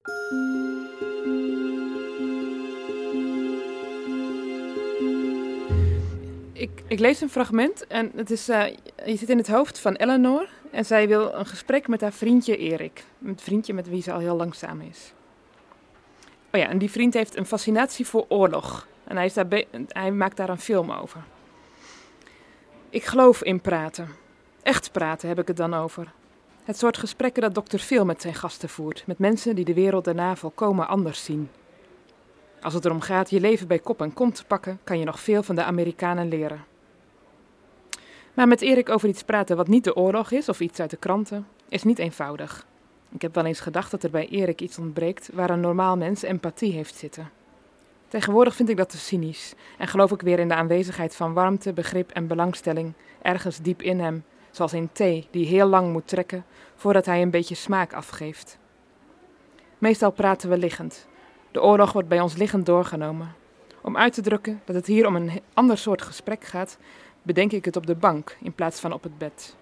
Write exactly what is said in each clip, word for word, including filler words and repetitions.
Ik, ik lees een fragment en het is, uh, je zit in het hoofd van Eleanor en zij wil een gesprek met haar vriendje Erik. Een vriendje met wie ze al heel lang samen is. Oh ja, en die vriend heeft een fascinatie voor oorlog en hij, is daar be- hij maakt daar een film over. Ik geloof in praten. Echt praten heb ik het dan over. Het soort gesprekken dat dokter Phil met zijn gasten voert, met mensen die de wereld daarna volkomen anders zien. Als het erom gaat je leven bij kop en kont te pakken, kan je nog veel van de Amerikanen leren. Maar met Erik over iets praten wat niet de oorlog is of iets uit de kranten, is niet eenvoudig. Ik heb wel eens gedacht dat er bij Erik iets ontbreekt waar een normaal mens empathie heeft zitten. Tegenwoordig vind ik dat te cynisch en geloof ik weer in de aanwezigheid van warmte, begrip en belangstelling ergens diep in hem, zoals in thee die heel lang moet trekken voordat hij een beetje smaak afgeeft. Meestal praten we liggend. De oorlog wordt bij ons liggend doorgenomen. Om uit te drukken dat het hier om een ander soort gesprek gaat, bedenk ik het op de bank in plaats van op het bed.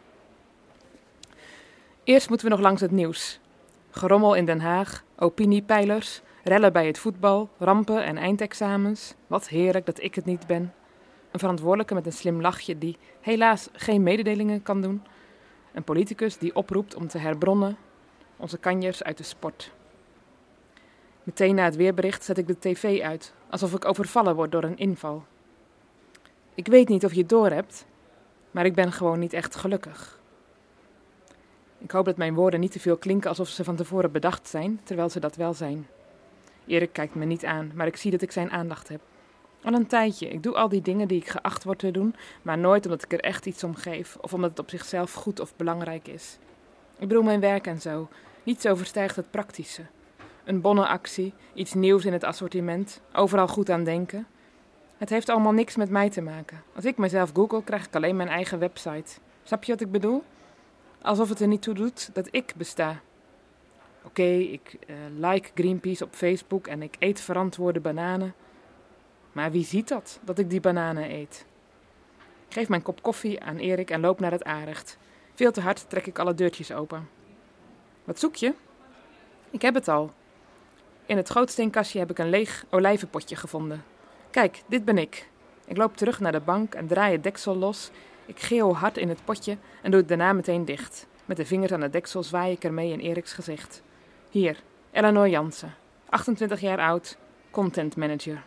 Eerst moeten we nog langs het nieuws. Gerommel in Den Haag, opiniepeilers, rellen bij het voetbal, rampen en eindexamens. Wat heerlijk dat ik het niet ben. Een verantwoordelijke met een slim lachje die helaas geen mededelingen kan doen. Een politicus die oproept om te herbronnen. Onze kanjers uit de sport. Meteen na het weerbericht zet ik de tv uit, alsof ik overvallen word door een inval. Ik weet niet of je het doorhebt, maar ik ben gewoon niet echt gelukkig. Ik hoop dat mijn woorden niet te veel klinken alsof ze van tevoren bedacht zijn, terwijl ze dat wel zijn. Erik kijkt me niet aan, maar ik zie dat ik zijn aandacht heb. Al een tijdje, ik doe al die dingen die ik geacht word te doen, maar nooit omdat ik er echt iets om geef of omdat het op zichzelf goed of belangrijk is. Ik bedoel mijn werk en zo, niets overstijgt het praktische. Een bonnenactie, iets nieuws in het assortiment, overal goed aan denken. Het heeft allemaal niks met mij te maken. Als ik mezelf google, krijg ik alleen mijn eigen website. Snap je wat ik bedoel? Alsof het er niet toe doet dat ik besta. Oké, okay, ik uh, like Greenpeace op Facebook en ik eet verantwoorde bananen. Maar wie ziet dat, dat ik die bananen eet? Ik geef mijn kop koffie aan Erik en loop naar het aanrecht. Veel te hard trek ik alle deurtjes open. Wat zoek je? Ik heb het al. In het gootsteenkastje heb ik een leeg olijvenpotje gevonden. Kijk, dit ben ik. Ik loop terug naar de bank en draai het deksel los. Ik geeuw hard in het potje en doe het daarna meteen dicht. Met de vingers aan het deksel zwaai ik ermee in Eriks gezicht. Hier, Eleanor Jansen, achtentwintig jaar oud, content manager.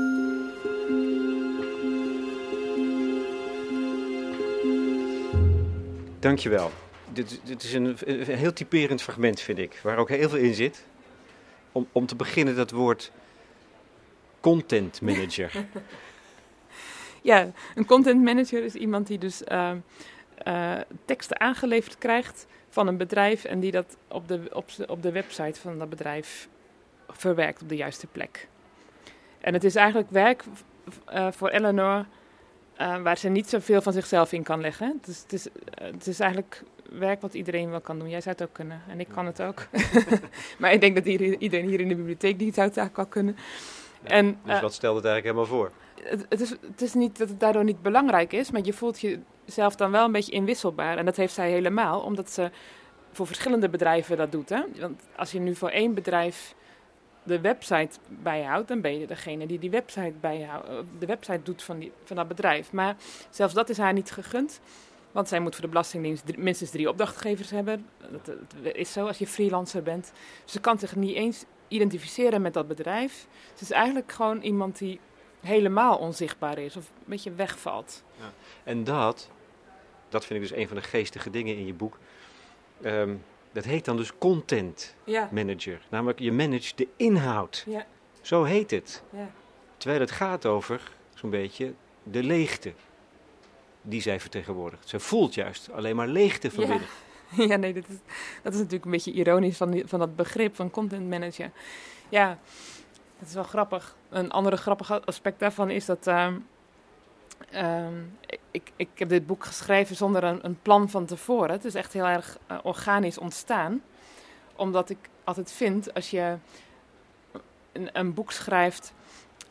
Dankjewel. Dit, dit is een, een heel typerend fragment, vind ik, waar ook heel veel in zit. Om, om te beginnen dat woord content manager. Ja, een content manager is iemand die dus uh, uh, teksten aangeleverd krijgt van een bedrijf en die dat op de, op, op de website van dat bedrijf verwerkt op de juiste plek. En het is eigenlijk werk uh, voor Eleanor uh, waar ze niet zoveel van zichzelf in kan leggen. Het is, het is, uh, het is eigenlijk werk wat iedereen wel kan doen. Jij zou het ook kunnen en ik kan het ook. Maar ik denk dat iedereen hier in de bibliotheek die zou het eigenlijk wel kunnen. Ja, en, dus uh, wat stelt het eigenlijk helemaal voor? Het, het, is, het is niet dat het daardoor niet belangrijk is, maar je voelt jezelf dan wel een beetje inwisselbaar. En dat heeft zij helemaal, omdat ze voor verschillende bedrijven dat doet. Hè? Want als je nu voor één bedrijf de website bijhoudt, dan ben je degene die die website bijhoudt, de website doet van, die, van dat bedrijf. Maar zelfs dat is haar niet gegund, want zij moet voor de Belastingdienst drie, minstens drie opdrachtgevers hebben. Dat, dat is zo als je freelancer bent. Dus ze kan zich niet eens identificeren met dat bedrijf. Ze is eigenlijk gewoon iemand die helemaal onzichtbaar is of een beetje wegvalt. Ja. En dat, dat vind ik dus een van de geestige dingen in je boek. Um, dat heet dan dus content ja. manager. Namelijk je managt de inhoud. Ja. Zo heet het. Ja. Terwijl het gaat over zo'n beetje de leegte die zij vertegenwoordigt. Ze voelt juist alleen maar leegte van ja. binnen. Ja, nee, dat is, dat is natuurlijk een beetje ironisch van, die, van dat begrip van content manager. Ja, dat is wel grappig. Een andere grappige aspect daarvan is dat Uh, Um, ik, ik heb dit boek geschreven zonder een, een plan van tevoren. Het is echt heel erg uh, organisch ontstaan. Omdat ik altijd vind, als je een, een boek schrijft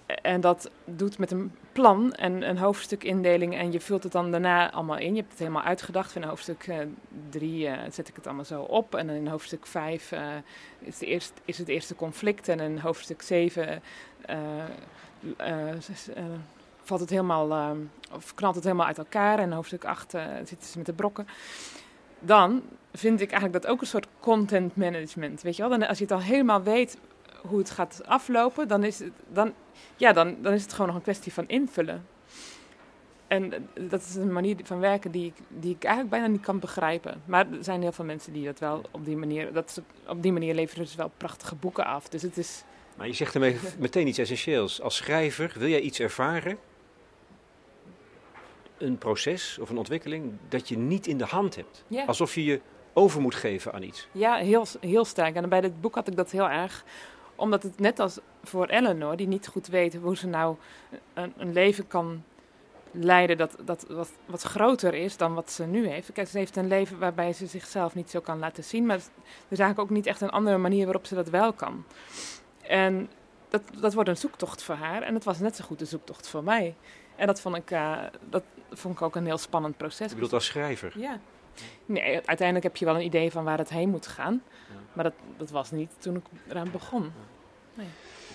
En dat doet met een plan en een hoofdstukindeling. En je vult het dan daarna allemaal in. Je hebt het helemaal uitgedacht. In hoofdstuk uh, drie uh, zet ik het allemaal zo op. En dan in hoofdstuk vijf uh, is, de eerste, is het eerste conflict. En in hoofdstuk zeven uh, uh, uh, valt het helemaal, uh, of knalt het helemaal uit elkaar. En in hoofdstuk acht uh, zitten ze met de brokken. Dan vind ik eigenlijk dat ook een soort content management. Weet je wel? Dan, als je het al helemaal weet hoe het gaat aflopen, dan is het, dan, ja, dan, dan is het gewoon nog een kwestie van invullen. En dat is een manier van werken die ik, die ik eigenlijk bijna niet kan begrijpen. Maar er zijn heel veel mensen die dat wel op die manier, dat ze, op die manier leveren ze wel prachtige boeken af. Dus het is... Maar je zegt ermee meteen iets essentieels. Als schrijver wil jij iets ervaren, een proces of een ontwikkeling, dat je niet in de hand hebt. Ja. Alsof je je over moet geven aan iets. Ja, heel, heel sterk. En bij dit boek had ik dat heel erg. Omdat het net als voor Eleanor, die niet goed weet hoe ze nou een, een leven kan leiden dat, dat wat, wat groter is dan wat ze nu heeft. Kijk, ze heeft een leven waarbij ze zichzelf niet zo kan laten zien. Maar er is eigenlijk ook niet echt een andere manier waarop ze dat wel kan. En dat, dat wordt een zoektocht voor haar. En het was net zo goed een zoektocht voor mij. En dat vond ik, uh, dat vond ik ook een heel spannend proces. Je bedoelt als schrijver? Ja. Nee, uiteindelijk heb je wel een idee van waar het heen moet gaan. Ja. Maar dat, dat was niet toen ik eraan begon. Nee.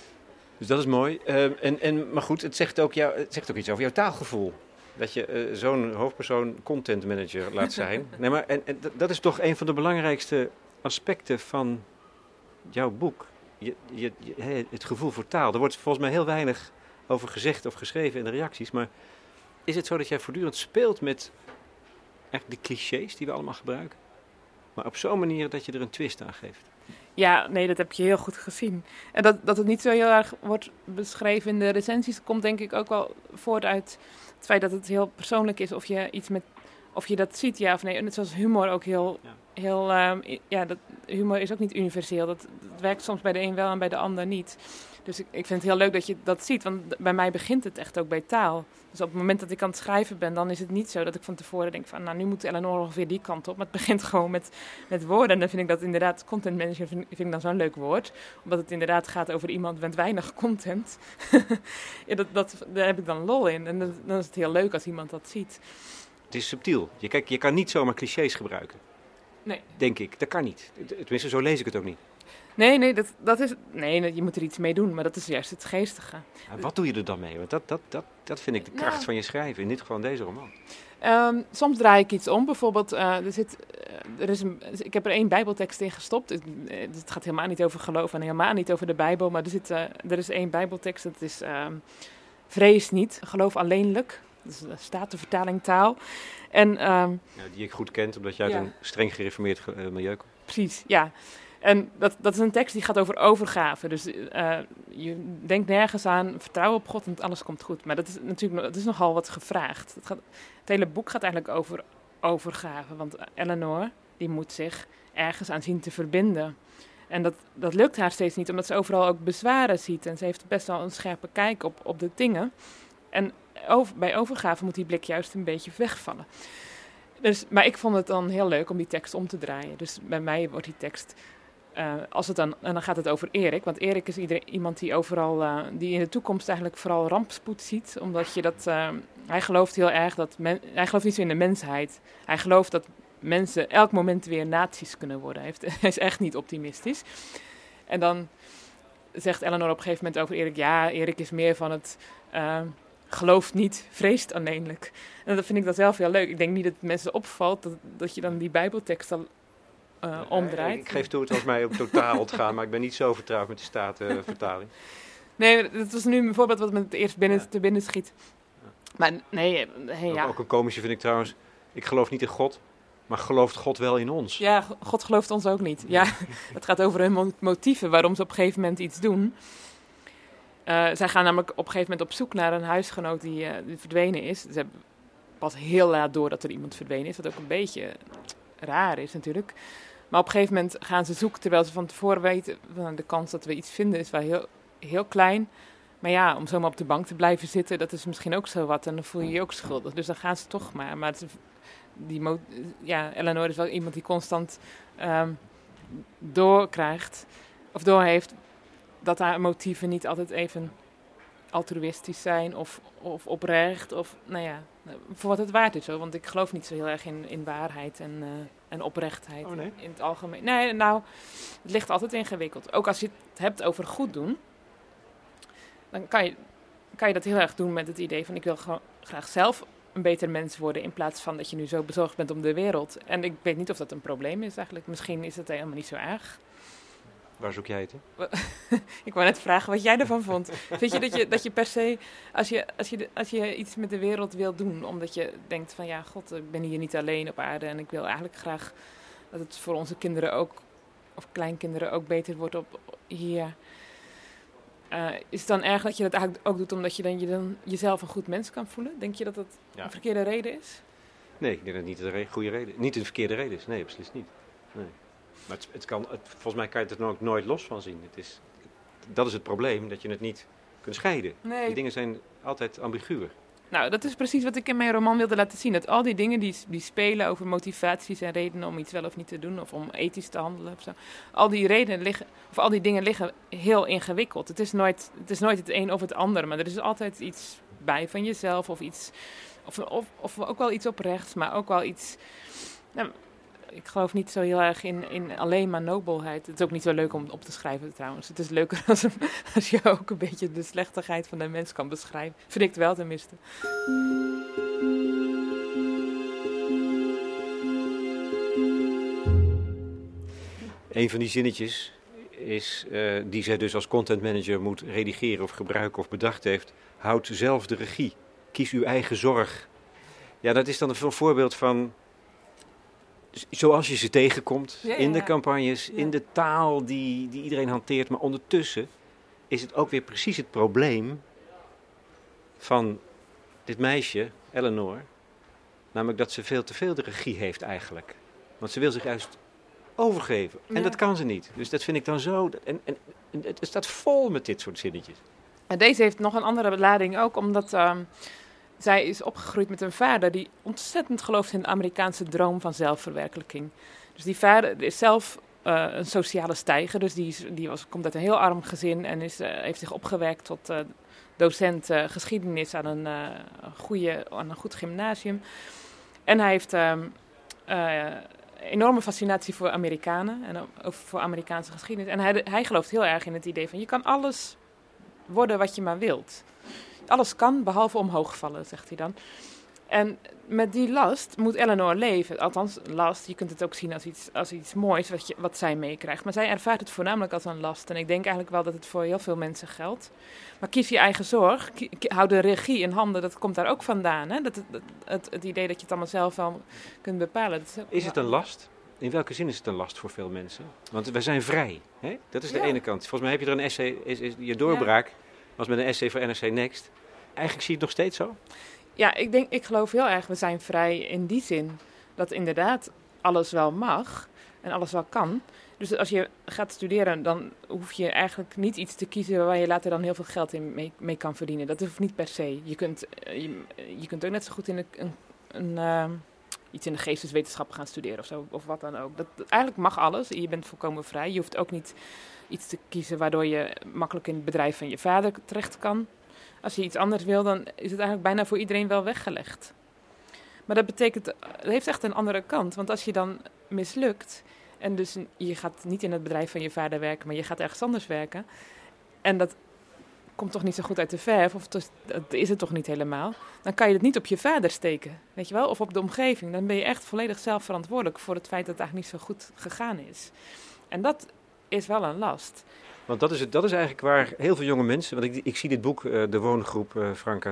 Dus dat is mooi. Uh, en, en, maar goed, het zegt, ook jou, het zegt ook iets over jouw taalgevoel. Dat je uh, zo'n hoofdpersoon content manager laat zijn. Nee, maar en, en, dat is toch een van de belangrijkste aspecten van jouw boek. Je, je, je, het gevoel voor taal. Er wordt volgens mij heel weinig over gezegd of geschreven in de reacties. Maar is het zo dat jij voortdurend speelt met eigenlijk de clichés die we allemaal gebruiken? Maar op zo'n manier dat je er een twist aan geeft? Ja, nee, dat heb je heel goed gezien. En dat, dat het niet zo heel erg wordt beschreven in de recensies, komt denk ik ook wel voort uit het feit dat het heel persoonlijk is of je iets met, of je dat ziet, ja of nee. En net zoals humor ook heel, ja. heel, um, ja, dat, humor is ook niet universeel. Dat, dat werkt soms bij de een wel en bij de ander niet. Dus ik, ik vind het heel leuk dat je dat ziet, want bij mij begint het echt ook bij taal. Dus op het moment dat ik aan het schrijven ben, dan is het niet zo dat ik van tevoren denk van, nou, nu moet Eleanor ongeveer die kant op. Maar het begint gewoon met, met woorden. En dan vind ik dat inderdaad, content manager vind, vind ik dan zo'n leuk woord. Omdat het inderdaad gaat over iemand met weinig content. ja, dat, dat, daar heb ik dan lol in. En dan, dan is het heel leuk als iemand dat ziet. Het is subtiel. Je, kijk, je kan niet zomaar clichés gebruiken. Nee. Denk ik. Dat kan niet. Tenminste, zo lees ik het ook niet. Nee, nee, dat, dat is, nee, je moet er iets mee doen, maar dat is juist het geestige. Ja, wat doe je er dan mee? Want dat, dat, dat, dat vind ik de kracht nou, van je schrijven, in dit geval in deze roman. Um, soms draai ik iets om. Bijvoorbeeld, uh, er zit, uh, er is een, ik heb er één bijbeltekst in gestopt. Het, het gaat helemaal niet over geloof en helemaal niet over de Bijbel. Maar er, zit, uh, er is één bijbeltekst, dat is uh, vrees niet, geloof alleenlijk. Dat is de Statenvertaling taal. En, um, ja, die ik goed ken, omdat jij uit ja. een streng gereformeerd uh, milieu komt. Precies, ja. En dat, dat is een tekst die gaat over overgave. Dus uh, je denkt nergens aan, vertrouw op God en alles komt goed. Maar dat is natuurlijk dat is nogal wat gevraagd. Het, gaat, het hele boek gaat eigenlijk over overgave. Want Eleanor, die moet zich ergens aan zien te verbinden. En dat, dat lukt haar steeds niet, omdat ze overal ook bezwaren ziet. En ze heeft best wel een scherpe kijk op, op de dingen. En over, bij overgave moet die blik juist een beetje wegvallen. Dus, maar ik vond het dan heel leuk om die tekst om te draaien. Dus bij mij wordt die tekst... Uh, als het dan, en dan gaat het over Erik, want Erik is iedereen, iemand die overal, uh, die in de toekomst eigenlijk vooral rampspoed ziet, omdat je dat, uh, hij gelooft heel erg dat, men, hij gelooft niet zo in de mensheid, hij gelooft dat mensen elk moment weer nazi's kunnen worden, hij, heeft, hij is echt niet optimistisch. En dan zegt Eleanor op een gegeven moment over Erik, ja, Erik is meer van het, uh, gelooft niet, vreest alleenlijk. En dat vind ik dan zelf heel leuk. Ik denk niet dat het mensen opvalt dat, dat je dan die bijbeltekst al Uh, omdraait. Ik geef toe, het was mij ook totaal ontgaan, maar ik ben niet zo vertrouwd met de Statenvertaling. Nee, dat was nu een voorbeeld wat me het eerst binnen, ja. te binnen schiet. Ja. Maar nee, hey, ja. Ook, ook een komische vind ik trouwens, ik geloof niet in God, maar gelooft God wel in ons? Ja, God gelooft ons ook niet. Ja, het gaat over hun motieven waarom ze op een gegeven moment iets doen. Uh, zij gaan namelijk op een gegeven moment op zoek naar een huisgenoot die, uh, die verdwenen is. Ze hebben pas heel laat door dat er iemand verdwenen is, wat ook een beetje raar is natuurlijk. Maar op een gegeven moment gaan ze zoeken, terwijl ze van tevoren weten, nou, de kans dat we iets vinden is wel heel, heel klein. Maar ja, om zomaar op de bank te blijven zitten, dat is misschien ook zo wat. En dan voel je je ook schuldig. Dus dan gaan ze toch maar. Maar het, die, ja, Eleanor is wel iemand die constant um, doorkrijgt, of doorheeft, dat haar motieven niet altijd even altruïstisch zijn of, of oprecht. Of, nou ja, voor wat het waard is hoor. Want ik geloof niet zo heel erg in, in waarheid en, uh, en oprechtheid oh, nee? in het algemeen. Nee, nou, het ligt altijd ingewikkeld. Ook als je het hebt over goed doen, dan kan je, kan je dat heel erg doen met het idee van ik wil gewoon graag zelf een beter mens worden in plaats van dat je nu zo bezorgd bent om de wereld. En ik weet niet of dat een probleem is eigenlijk. Misschien is het helemaal niet zo erg. Waar zoek jij het in? Ik wou net vragen wat jij ervan vond. Vind je dat je, dat je per se, als je, als, je, als je iets met de wereld wil doen, omdat je denkt van ja, god, ik ben hier niet alleen op aarde en ik wil eigenlijk graag dat het voor onze kinderen ook, of kleinkinderen ook beter wordt op hier. Uh, is het dan erg dat je dat eigenlijk ook doet omdat je dan, je dan jezelf een goed mens kan voelen? Denk je dat dat ja. een verkeerde reden is? Nee, ik denk dat het niet de re- goede reden, niet de verkeerde reden is. Nee, beslist niet. Nee. Maar het, het kan, het, volgens mij kan je het er ook nooit los van zien. Het is, dat is het probleem, dat je het niet kunt scheiden. Nee. Die dingen zijn altijd ambiguur. Nou, dat is precies wat ik in mijn roman wilde laten zien. Dat al die dingen die, die spelen over motivaties en redenen om iets wel of niet te doen, of om ethisch te handelen of zo. Al die redenen liggen, of al die dingen liggen heel ingewikkeld. Het is nooit het, is nooit het een of het ander, maar er is altijd iets bij van jezelf of iets, of, of, of ook wel iets oprechts, maar ook wel iets. Nou, ik geloof niet zo heel erg in, in alleen maar nobelheid. Het is ook niet zo leuk om op te schrijven trouwens. Het is leuker als, als je ook een beetje de slechtigheid van de mens kan beschrijven. Vind ik het wel tenminste. Een van die zinnetjes is, uh, die zij dus als content manager moet redigeren of gebruiken of bedacht heeft. Houd zelf de regie. Kies uw eigen zorg. Ja, dat is dan een voorbeeld van zoals je ze tegenkomt ja, ja, in de campagnes, ja. in de taal die, die iedereen hanteert. Maar ondertussen is het ook weer precies het probleem van dit meisje, Eleanor. Namelijk dat ze veel te veel de regie heeft eigenlijk. Want ze wil zich juist overgeven. En ja. dat kan ze niet. Dus dat vind ik dan zo. En, en, en het staat vol met dit soort zinnetjes. En deze heeft nog een andere lading ook, omdat Uh... zij is opgegroeid met een vader die ontzettend gelooft in de Amerikaanse droom van zelfverwerkelijking. Dus die vader is zelf uh, een sociale stijger. Dus die, is, die was, komt uit een heel arm gezin en is, uh, heeft zich opgewerkt tot uh, docent uh, geschiedenis aan een, uh, goede, aan een goed gymnasium. En hij heeft uh, uh, enorme fascinatie voor Amerikanen en ook voor Amerikaanse geschiedenis. En hij, hij gelooft heel erg in het idee van je kan alles worden wat je maar wilt. Alles kan, behalve omhoog vallen, zegt hij dan. En met die last moet Eleanor leven. Althans, last, je kunt het ook zien als iets, als iets moois wat, je, wat zij meekrijgt. Maar zij ervaart het voornamelijk als een last. En ik denk eigenlijk wel dat het voor heel veel mensen geldt. Maar kies je eigen zorg, ki- hou de regie in handen, dat komt daar ook vandaan. Hè? Dat, dat, het, het idee dat je het allemaal zelf wel kunt bepalen. Dat is, is het een last? In welke zin is het een last voor veel mensen? Want we zijn vrij. Hè? Dat is de ja. ene kant. Volgens mij heb je er een essay, is, is, je doorbraak ja. was met een essay voor N R C Next. Eigenlijk zie je het nog steeds zo? Ja, ik denk, ik geloof heel erg, we zijn vrij in die zin dat inderdaad alles wel mag en alles wel kan. Dus als je gaat studeren, dan hoef je eigenlijk niet iets te kiezen waar je later dan heel veel geld in mee, mee kan verdienen. Dat hoeft niet per se. Je kunt, je, je kunt ook net zo goed in een, een, een, uh, iets in de geesteswetenschappen gaan studeren of zo, of wat dan ook. Dat, eigenlijk mag alles. Je bent volkomen vrij. Je hoeft ook niet iets te kiezen waardoor je makkelijk in het bedrijf van je vader terecht kan. Als je iets anders wil, dan is het eigenlijk bijna voor iedereen wel weggelegd. Maar dat betekent, dat heeft echt een andere kant. Want als je dan mislukt en dus je gaat niet in het bedrijf van je vader werken, maar je gaat ergens anders werken. En dat komt toch niet zo goed uit de verf, of dat is het toch niet helemaal. Dan kan je het niet op je vader steken, weet je wel, of op de omgeving. Dan ben je echt volledig zelf verantwoordelijk voor het feit dat het eigenlijk niet zo goed gegaan is. En dat is wel een last. Want dat is, het, dat is eigenlijk waar heel veel jonge mensen, want ik, ik zie dit boek, uh, De Woongroep, uh, Franka,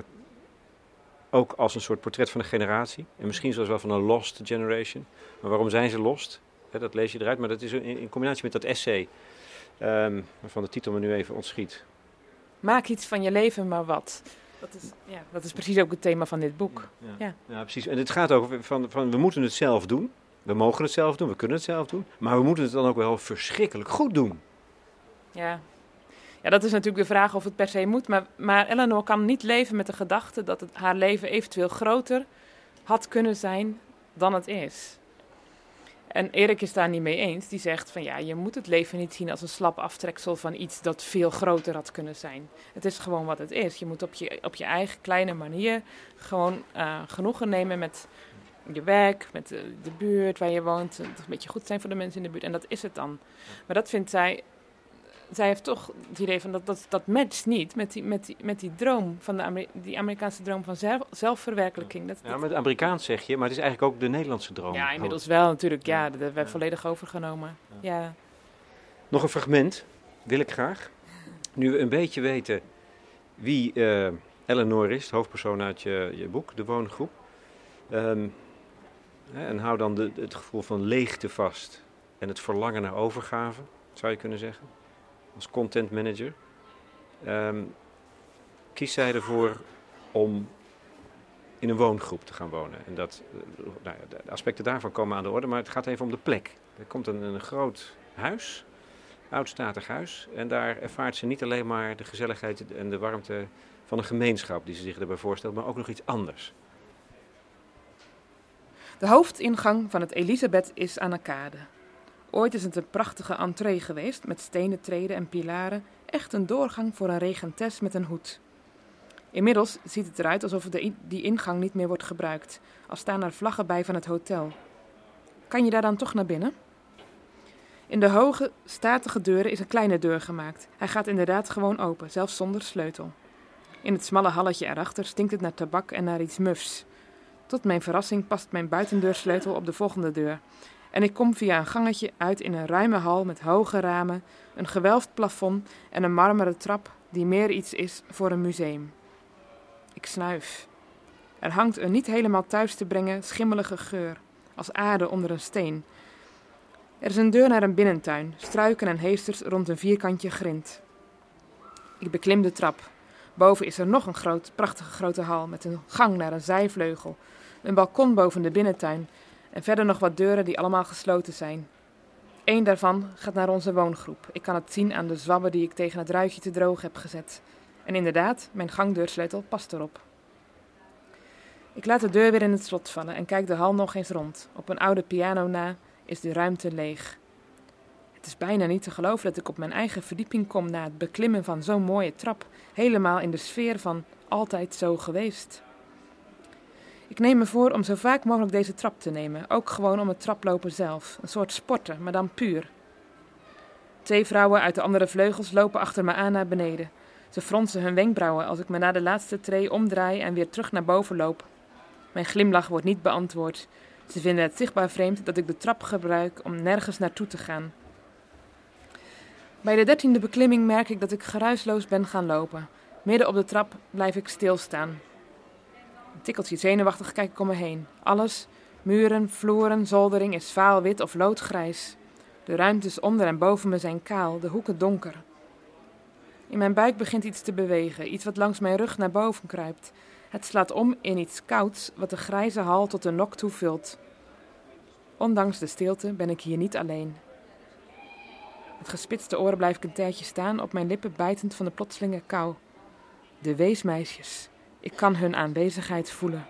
ook als een soort portret van een generatie. En misschien zelfs wel van een lost generation. Maar waarom zijn ze lost? He, dat lees je eruit, maar dat is in, in combinatie met dat essay, um, waarvan de titel me nu even ontschiet. Maak iets van je leven, maar wat? Dat is, ja, dat is precies ook het thema van dit boek. Ja, ja. ja. ja precies. En het gaat over van, van, we moeten het zelf doen. We mogen het zelf doen, we kunnen het zelf doen. Maar we moeten het dan ook wel verschrikkelijk goed doen. Ja. ja, dat is natuurlijk de vraag of het per se moet. Maar, maar Eleanor kan niet leven met de gedachte dat het, haar leven eventueel groter had kunnen zijn dan het is. En Erik is daar niet mee eens. Die zegt van ja, je moet het leven niet zien als een slap aftreksel van iets dat veel groter had kunnen zijn. Het is gewoon wat het is. Je moet op je, op je eigen kleine manier gewoon uh, genoegen nemen met je werk, met de, de buurt waar je woont. Het een beetje goed zijn voor de mensen in de buurt. En dat is het dan. Maar dat vindt zij... Zij heeft toch het idee van dat dat, dat matcht niet met die, met die, met die droom, van de Amer- die Amerikaanse droom van zelf, zelfverwerkelijking. Dat, Ja, dat... met Amerikaans zeg je, maar het is eigenlijk ook de Nederlandse droom. Ja, inmiddels wel natuurlijk. Ja, Ja. dat hebben wij Ja. volledig overgenomen. Ja. Ja. Nog een fragment, wil ik graag. Nu we een beetje weten wie uh, Eleanor is, de hoofdpersoon uit je, je boek, De Woongroep. Um, hè, en hou dan de, het gevoel van leegte vast en het verlangen naar overgave, zou je kunnen zeggen. Als content manager. Um, kiest zij ervoor om in een woongroep te gaan wonen. En dat, uh, nou ja, de aspecten daarvan komen aan de orde, maar het gaat even om de plek. Er komt een, een groot huis, oudstatig huis. En daar ervaart ze niet alleen maar de gezelligheid en de warmte van een gemeenschap die ze zich erbij voorstelt, maar ook nog iets anders. De hoofdingang van het Elisabeth is aan een kade. Ooit is het een prachtige entree geweest met stenen treden en pilaren, echt een doorgang voor een regentes met een hoed. Inmiddels ziet het eruit alsof de in- die ingang niet meer wordt gebruikt, al staan er vlaggen bij van het hotel. Kan je daar dan toch naar binnen? In de hoge, statige deuren is een kleine deur gemaakt. Hij gaat inderdaad gewoon open, zelfs zonder sleutel. In het smalle halletje erachter stinkt het naar tabak en naar iets mufs. Tot mijn verrassing past mijn buitendeursleutel op de volgende deur. En ik kom via een gangetje uit in een ruime hal met hoge ramen, een gewelfd plafond en een marmeren trap die meer iets is voor een museum. Ik snuif. Er hangt een niet helemaal thuis te brengen schimmelige geur, als aarde onder een steen. Er is een deur naar een binnentuin, struiken en heesters rond een vierkantje grind. Ik beklim de trap. Boven is er nog een groot, prachtige grote hal met een gang naar een zijvleugel, een balkon boven de binnentuin en verder nog wat deuren die allemaal gesloten zijn. Eén daarvan gaat naar onze woongroep. Ik kan het zien aan de zwabben die ik tegen het ruitje te droog heb gezet. En inderdaad, mijn gangdeursleutel past erop. Ik laat de deur weer in het slot vallen en kijk de hal nog eens rond. Op een oude piano na is de ruimte leeg. Het is bijna niet te geloven dat ik op mijn eigen verdieping kom na het beklimmen van zo'n mooie trap, helemaal in de sfeer van altijd zo geweest. Ik neem me voor om zo vaak mogelijk deze trap te nemen, ook gewoon om het traplopen zelf, een soort sporten, maar dan puur. Twee vrouwen uit de andere vleugels lopen achter me aan naar beneden. Ze fronsen hun wenkbrauwen als ik me na de laatste tree omdraai en weer terug naar boven loop. Mijn glimlach wordt niet beantwoord. Ze vinden het zichtbaar vreemd dat ik de trap gebruik om nergens naartoe te gaan. Bij de dertiende beklimming merk ik dat ik geruisloos ben gaan lopen. Midden op de trap blijf ik stilstaan. Een tikkeltje zenuwachtig kijk ik om me heen. Alles, muren, vloeren, zoldering is vaalwit of loodgrijs. De ruimtes onder en boven me zijn kaal, de hoeken donker. In mijn buik begint iets te bewegen, iets wat langs mijn rug naar boven kruipt. Het slaat om in iets kouds wat de grijze hal tot een nok toe vult. Ondanks de stilte ben ik hier niet alleen. Met gespitste oren blijf ik een tijdje staan, op mijn lippen bijtend van de plotselinge kou. De weesmeisjes. Ik kan hun aanwezigheid voelen.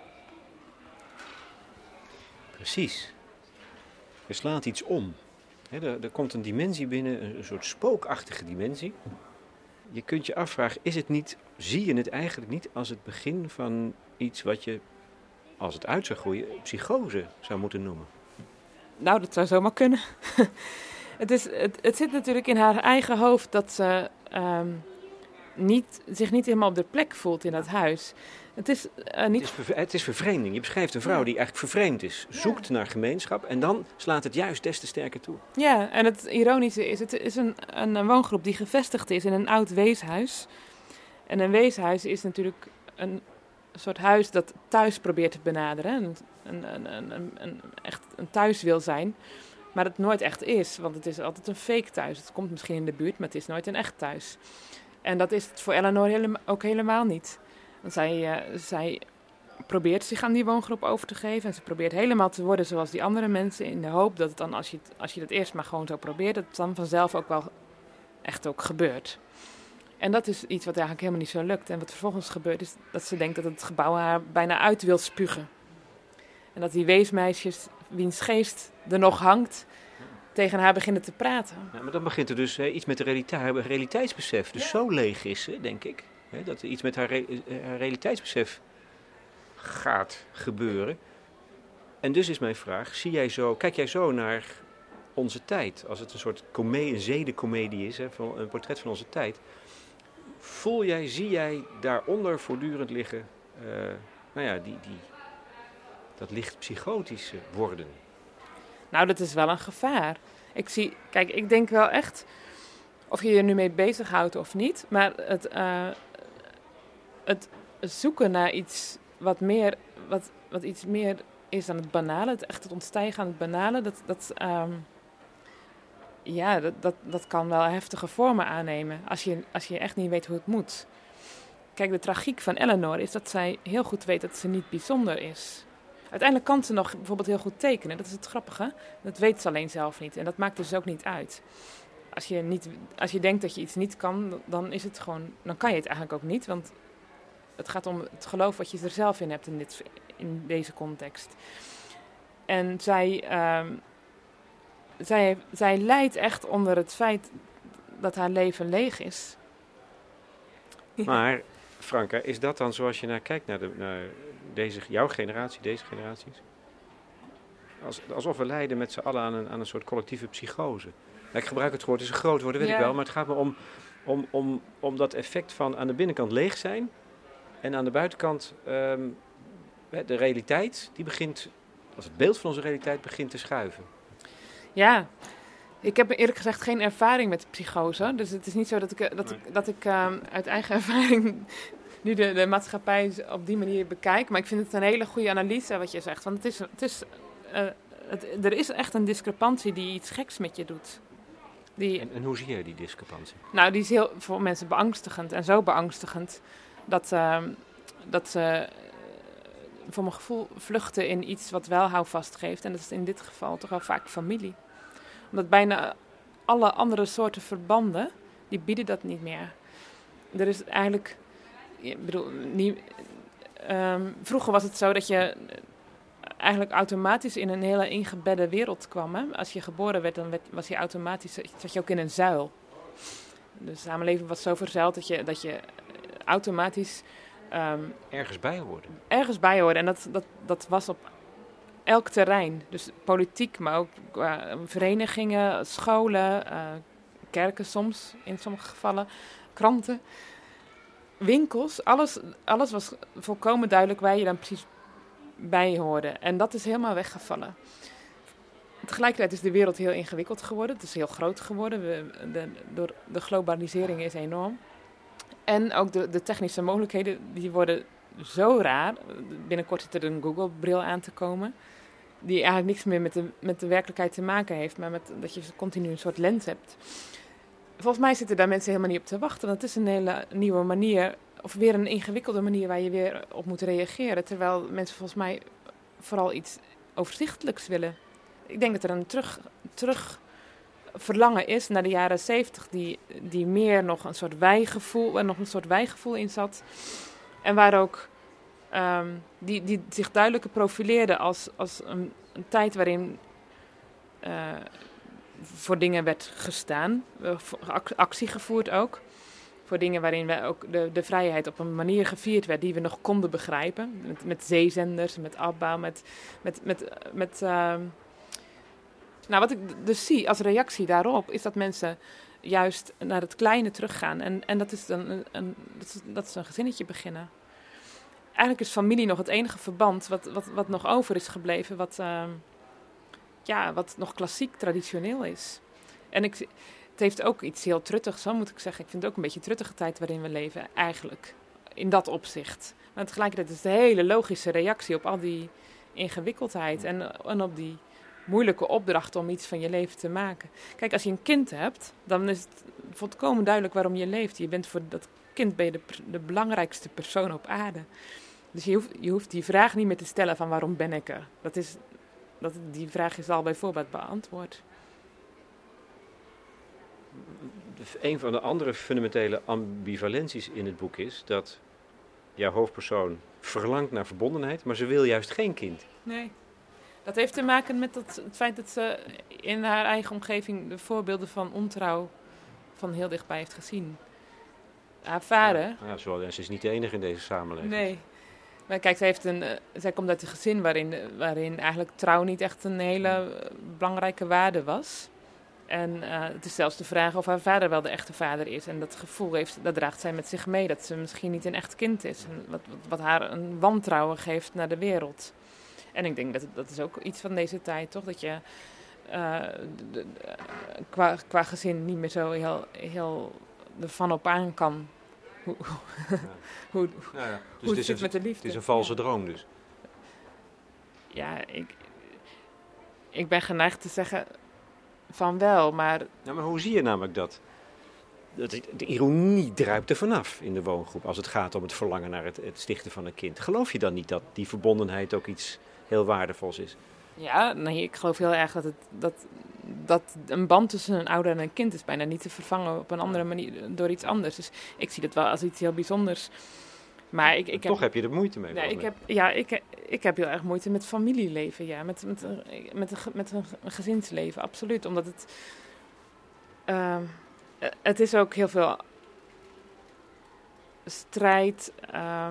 Precies. Er slaat iets om. He, er, er komt een dimensie binnen, een, een soort spookachtige dimensie. Je kunt je afvragen, is het niet, zie je het eigenlijk niet als het begin van iets wat je, als het uit zou groeien, psychose zou moeten noemen? Nou, dat zou zomaar kunnen. het, is, het, het zit natuurlijk in haar eigen hoofd dat ze um, niet, zich niet helemaal op de plek voelt in dat huis. Het is, uh, niet... het, is ver, het is vervreemding. Je beschrijft een vrouw ja. die eigenlijk vervreemd is, zoekt ja. naar gemeenschap en dan slaat het juist des te sterker toe. Ja, en het ironische is, het is een, een, een woongroep die gevestigd is in een oud weeshuis. En een weeshuis is natuurlijk een soort huis dat thuis probeert te benaderen. Een, een, een, een, een, echt een thuis wil zijn, maar het nooit echt is. Want het is altijd een fake thuis. Het komt misschien in de buurt, maar het is nooit een echt thuis. En dat is het voor Eleanor helema, ook helemaal niet. Want zij, uh, zij probeert zich aan die woongroep over te geven. En ze probeert helemaal te worden zoals die andere mensen. In de hoop dat het dan, als je het, als je het eerst maar gewoon zo probeert, dat het dan vanzelf ook wel echt ook gebeurt. En dat is iets wat eigenlijk helemaal niet zo lukt. En wat vervolgens gebeurt is dat ze denkt dat het gebouw haar bijna uit wil spugen. En dat die weesmeisjes wiens geest er nog hangt, tegen haar beginnen te praten. Ja, maar dan begint er dus hè, iets met de realiteit, haar realiteitsbesef. Dus ja. zo leeg is ze, denk ik. Hè, dat er iets met haar, re- haar realiteitsbesef gaat gebeuren. En dus is mijn vraag, zie jij zo, kijk jij zo naar onze tijd? Als het een soort comedie, een zedencomedie is, hè, van, een portret van onze tijd. Voel jij, zie jij daaronder voortdurend liggen, uh, nou ja, die, die, dat licht psychotische worden? Nou, dat is wel een gevaar. Ik zie, kijk, ik denk wel echt, of je je er nu mee bezighoudt of niet, maar het, uh, het zoeken naar iets wat meer, wat, wat iets meer is dan het banale, het echt het ontstijgen aan het banale, dat, dat, um, ja, dat, dat, dat kan wel heftige vormen aannemen als je, als je echt niet weet hoe het moet. Kijk, de tragiek van Eleanor is dat zij heel goed weet dat ze niet bijzonder is. Uiteindelijk kan ze nog bijvoorbeeld heel goed tekenen. Dat is het grappige. Dat weet ze alleen zelf niet. En dat maakt dus ook niet uit. Als je, niet, als je denkt dat je iets niet kan, dan is het gewoon, dan kan je het eigenlijk ook niet. Want het gaat om het geloof wat je er zelf in hebt in, dit, in deze context. En zij, uh, zij, zij lijdt echt onder het feit dat haar leven leeg is. Maar, Franka, is dat dan zoals je naar kijkt naar, de, naar deze, jouw generatie, deze generaties? Als, alsof we lijden met z'n allen aan een, aan een soort collectieve psychose. Nou, ik gebruik het woord, het is een groot woord, dat weet ja. ik wel. Maar het gaat me om, om, om, om dat effect van aan de binnenkant leeg zijn. En aan de buitenkant um, de realiteit, die begint, als het beeld van onze realiteit begint te schuiven. Ja, ik heb eerlijk gezegd geen ervaring met psychose. Dus het is niet zo dat ik, dat ik, dat ik um, uit eigen ervaring nu de, de maatschappij op die manier bekijk. Maar ik vind het een hele goede analyse wat je zegt. Want het is, het is, uh, het, er is echt een discrepantie die iets geks met je doet. Die, en, en hoe zie je die discrepantie? Nou, die is heel, voor mensen beangstigend. En zo beangstigend dat, uh, dat ze voor mijn gevoel vluchten in iets wat wel houvast geeft. En dat is in dit geval toch wel vaak familie. Omdat bijna alle andere soorten verbanden, die bieden dat niet meer. Er is eigenlijk, ik bedoel, niet, um, vroeger was het zo dat je eigenlijk automatisch in een hele ingebedde wereld kwam. Hè? Als je geboren werd, dan werd, was je automatisch, zat je ook in een zuil. De samenleving was zo verzeild dat je, dat je automatisch Um, ergens bij hoorde. Ergens bij hoorde. En dat, dat, dat was op elk terrein. Dus politiek, maar ook uh, verenigingen, scholen, uh, kerken soms, in sommige gevallen, kranten, winkels. Alles, alles was volkomen duidelijk waar je dan precies bij hoorde. En dat is helemaal weggevallen. Tegelijkertijd is de wereld heel ingewikkeld geworden. Het is heel groot geworden. We, de, door de globalisering is enorm. En ook de, de technische mogelijkheden, die worden zo raar. Binnenkort zit er een Google-bril aan te komen. Die eigenlijk niks meer met de, met de werkelijkheid te maken heeft. Maar met, dat je continu een soort lens hebt. Volgens mij zitten daar mensen helemaal niet op te wachten. Want het is een hele nieuwe manier. Of weer een ingewikkelde manier waar je weer op moet reageren. Terwijl mensen volgens mij vooral iets overzichtelijks willen. Ik denk dat er een terug... terug verlangen is naar de jaren zeventig, die, die meer nog een soort wijgevoel, en nog een soort wijgevoel in zat. En waar ook, um, die, die zich duidelijker profileerde als, als een, een tijd waarin uh, voor dingen werd gestaan, actie gevoerd ook. Voor dingen waarin we ook de, de vrijheid op een manier gevierd werd die we nog konden begrijpen. Met, met zeezenders, met ABBA, met... met, met, met uh, Nou, wat ik dus zie als reactie daarop, is dat mensen juist naar het kleine teruggaan. En, en dat is dan een, een, dat is, dat is een gezinnetje beginnen. Eigenlijk is familie nog het enige verband wat, wat, wat nog over is gebleven, wat, uh, ja, wat nog klassiek traditioneel is. En ik, het heeft ook iets heel truttigs, zo moet ik zeggen. Ik vind het ook een beetje een truttige tijd waarin we leven, eigenlijk. In dat opzicht. Maar tegelijkertijd is het een hele logische reactie op al die ingewikkeldheid en, en op die moeilijke opdracht om iets van je leven te maken. Kijk, als je een kind hebt, dan is het volkomen duidelijk waarom je leeft. Je bent voor dat kind ben je de, de belangrijkste persoon op aarde. Dus je hoeft, je hoeft die vraag niet meer te stellen van waarom ben ik er. Dat is, dat, die vraag is al bij voorbaat beantwoord. Een van de andere fundamentele ambivalenties in het boek is dat jouw hoofdpersoon verlangt naar verbondenheid, maar ze wil juist geen kind. Nee. Dat heeft te maken met het, het feit dat ze in haar eigen omgeving de voorbeelden van ontrouw van heel dichtbij heeft gezien. Haar vader... Ja, ja, zo, en ze is niet de enige in deze samenleving. Nee. Maar kijk, zij, heeft een, uh, zij komt uit een gezin waarin, waarin eigenlijk trouw niet echt een hele uh, belangrijke waarde was. En uh, het is zelfs de vraag of haar vader wel de echte vader is. En dat gevoel heeft, dat draagt zij met zich mee, dat ze misschien niet een echt kind is. En wat, wat, wat haar een wantrouwen geeft naar de wereld. En ik denk dat dat is ook iets van deze tijd, toch? Dat je uh, de, de, qua, qua gezin niet meer zo heel, heel ervan op aan kan. Hoe, ja. hoe, ja, ja. Dus hoe het, het zit een, met de liefde. Het is een valse droom dus. Ja, ik, ik ben geneigd te zeggen van wel, maar... Ja, maar hoe zie je namelijk dat? De ironie druipt er vanaf in de woongroep als het gaat om het verlangen naar het, het stichten van een kind. Geloof je dan niet dat die verbondenheid ook iets heel waardevols is? Ja, nee, ik geloof heel erg dat, het, dat, dat een band tussen een ouder en een kind is bijna niet te vervangen op een andere manier door iets anders. Dus ik zie dat wel als iets heel bijzonders. Maar ik, ik Toch heb, heb je er moeite mee? Nee, ik heb, ja, ik, ik heb heel erg moeite met familieleven, ja. Met, met, met, een, met een gezinsleven, absoluut. Omdat het... Uh, het is ook heel veel strijd, uh,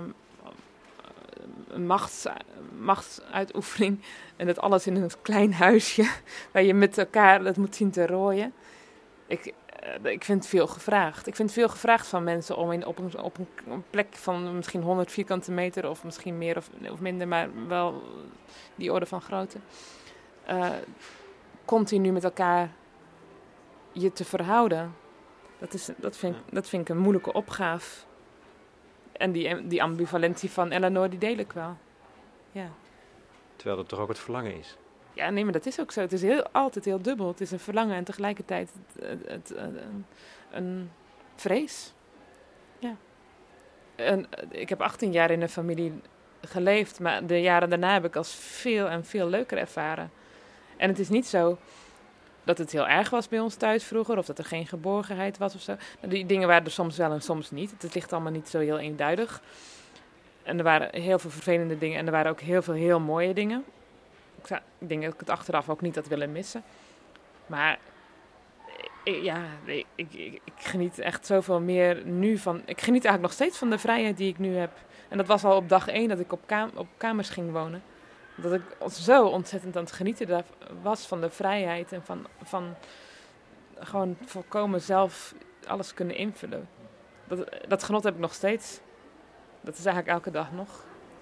machts, machtsuitoefening. En dat alles in een klein huisje waar je met elkaar dat moet zien te rooien. Ik, uh, ik vind het veel gevraagd. Ik vind het veel gevraagd van mensen om in, op, een, op een plek van misschien honderd vierkante meter of misschien meer of, of minder, maar wel die orde van grootte. Uh, continu met elkaar je te verhouden. Dat, is, dat, vind, dat vind ik een moeilijke opgave. En die, die ambivalentie van Eleanor, die deel ik wel. Ja. Terwijl dat toch ook het verlangen is. Ja, nee, maar dat is ook zo. Het is heel, altijd heel dubbel. Het is een verlangen en tegelijkertijd het, het, het, een, een vrees. Ja. En, ik heb achttien jaar in een familie geleefd, maar de jaren daarna heb ik als veel en veel leuker ervaren. En het is niet zo dat het heel erg was bij ons thuis vroeger, of dat er geen geborgenheid was of zo. Die dingen waren er soms wel en soms niet. Het ligt allemaal niet zo heel eenduidig. En er waren heel veel vervelende dingen en er waren ook heel veel heel mooie dingen. Ik, zou, ik denk dat ik het achteraf ook niet had willen missen. Maar ik, ja, ik, ik, ik, ik geniet echt zoveel meer nu van... Ik geniet eigenlijk nog steeds van de vrijheid die ik nu heb. En dat was al op dag één dat ik op, kam- op kamers ging wonen. Dat ik zo ontzettend aan het genieten was van de vrijheid en van, van gewoon volkomen zelf alles kunnen invullen. Dat, dat genot heb ik nog steeds. Dat is eigenlijk elke dag nog.